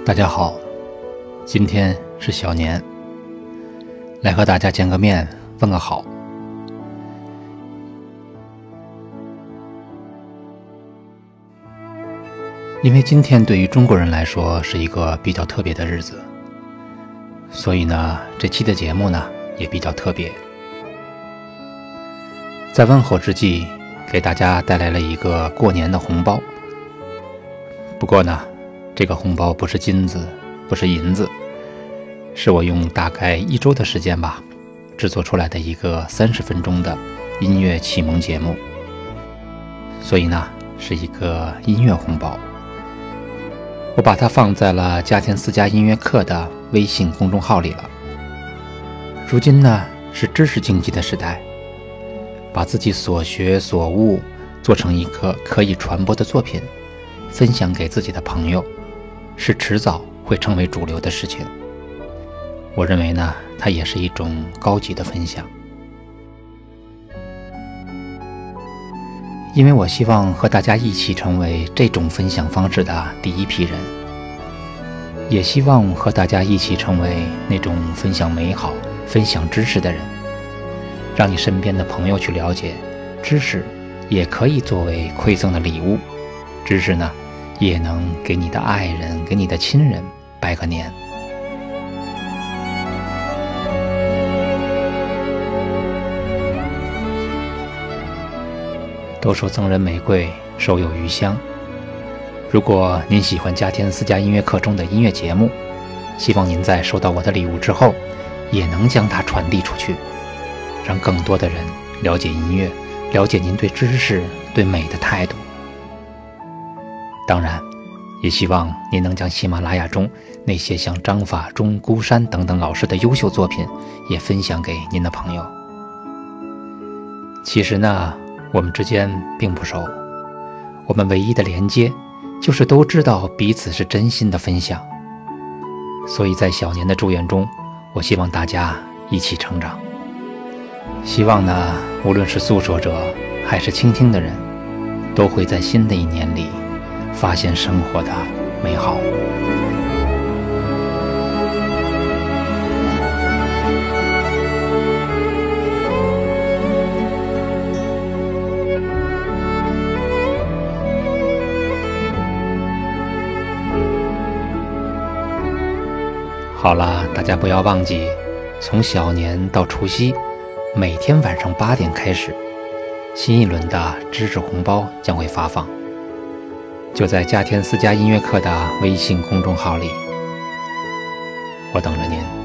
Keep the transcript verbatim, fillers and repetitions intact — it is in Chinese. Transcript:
大家好，今天是小年，来和大家见个面，问个好。因为今天对于中国人来说是一个比较特别的日子，所以呢，这期的节目呢也比较特别。在问候之际，给大家带来了一个过年的红包。不过呢，这个红包不是金子，不是银子，是我用大概一周的时间吧，制作出来的一个三十分钟的音乐启蒙节目。所以呢，是一个音乐红包。我把它放在了家田私家音乐课的微信公众号里了。如今呢，是知识经济的时代，把自己所学所悟做成一个可以传播的作品，分享给自己的朋友，是迟早会成为主流的事情。我认为呢，它也是一种高级的分享。因为我希望和大家一起成为这种分享方式的第一批人，也希望和大家一起成为那种分享美好、分享知识的人，让你身边的朋友去了解，知识也可以作为馈赠的礼物，知识呢，也能给你的爱人、给你的亲人拜个年。都说赠人玫瑰，手有余香。如果您喜欢家田私家音乐课中的音乐节目，希望您在收到我的礼物之后，也能将它传递出去，让更多的人了解音乐，了解您对知识、对美的态度。当然，也希望您能将喜马拉雅中那些像张法中、孤山等等老师的优秀作品也分享给您的朋友。其实呢，我们之间并不熟，我们唯一的连接就是都知道彼此是真心的分享。所以在小年的祝愿中，我希望大家一起成长。希望呢，无论是诉说者还是倾听的人，都会在新的一年里发现生活的美好。好了，大家不要忘记，从小年到除夕，每天晚上八点开始，新一轮的知识红包将会发放，就在家田私家音乐课的微信公众号里，我等着您。